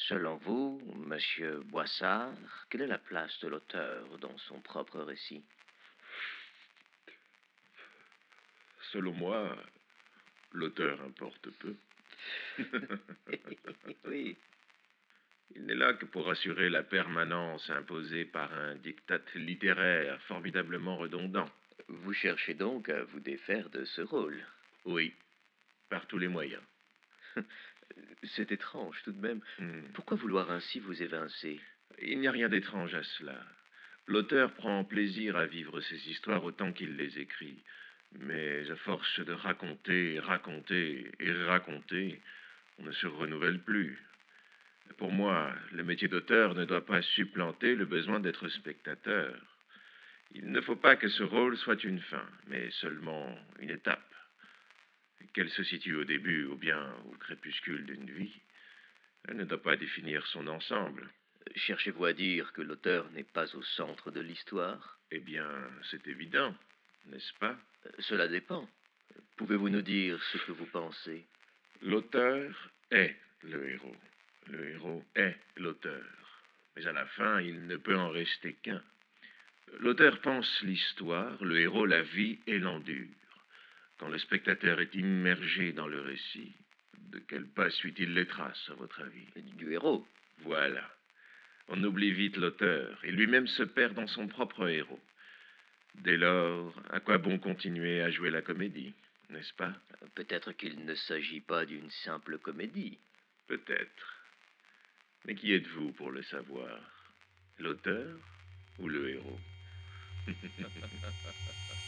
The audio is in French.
Selon vous, monsieur Boissard, quelle est la place de l'auteur dans son propre récit? Selon moi, l'auteur importe peu. Oui, Il n'est là que pour assurer la permanence imposée par un diktat littéraire formidablement redondant. vous cherchez donc à vous défaire de ce rôle. Oui, par tous les moyens. C'est étrange tout de même. Hmm. Pourquoi vouloir ainsi vous évincer? Il n'y a rien d'étrange à cela. L'auteur prend plaisir à vivre ses histoires autant qu'il les écrit. Mais à force de raconter, raconter et raconter, on ne se renouvelle plus. Pour moi, le métier d'auteur ne doit pas supplanter le besoin d'être spectateur. Il ne faut pas que ce rôle soit une fin, mais seulement une étape. Qu'elle se situe au début ou bien au crépuscule d'une vie, elle ne doit pas définir son ensemble. Cherchez-vous à dire que l'auteur n'est pas au centre de l'histoire? Eh bien, c'est évident, n'est-ce pas? Cela dépend. Pouvez-vous nous dire ce que vous pensez? L'auteur est le héros. Le héros est l'auteur. Mais à la fin, il ne peut en rester qu'un. L'auteur pense l'histoire, le héros la vit et l'endure. Quand le spectateur est immergé dans le récit, de quel pas suit-il les traces, à votre avis? Du héros. Voilà. On oublie vite l'auteur, et lui-même se perd dans son propre héros. Dès lors, à quoi bon continuer à jouer la comédie, n'est-ce pas? Peut-être qu'il ne s'agit pas d'une simple comédie. Peut-être. Mais qui êtes-vous pour le savoir? L'auteur ou le héros?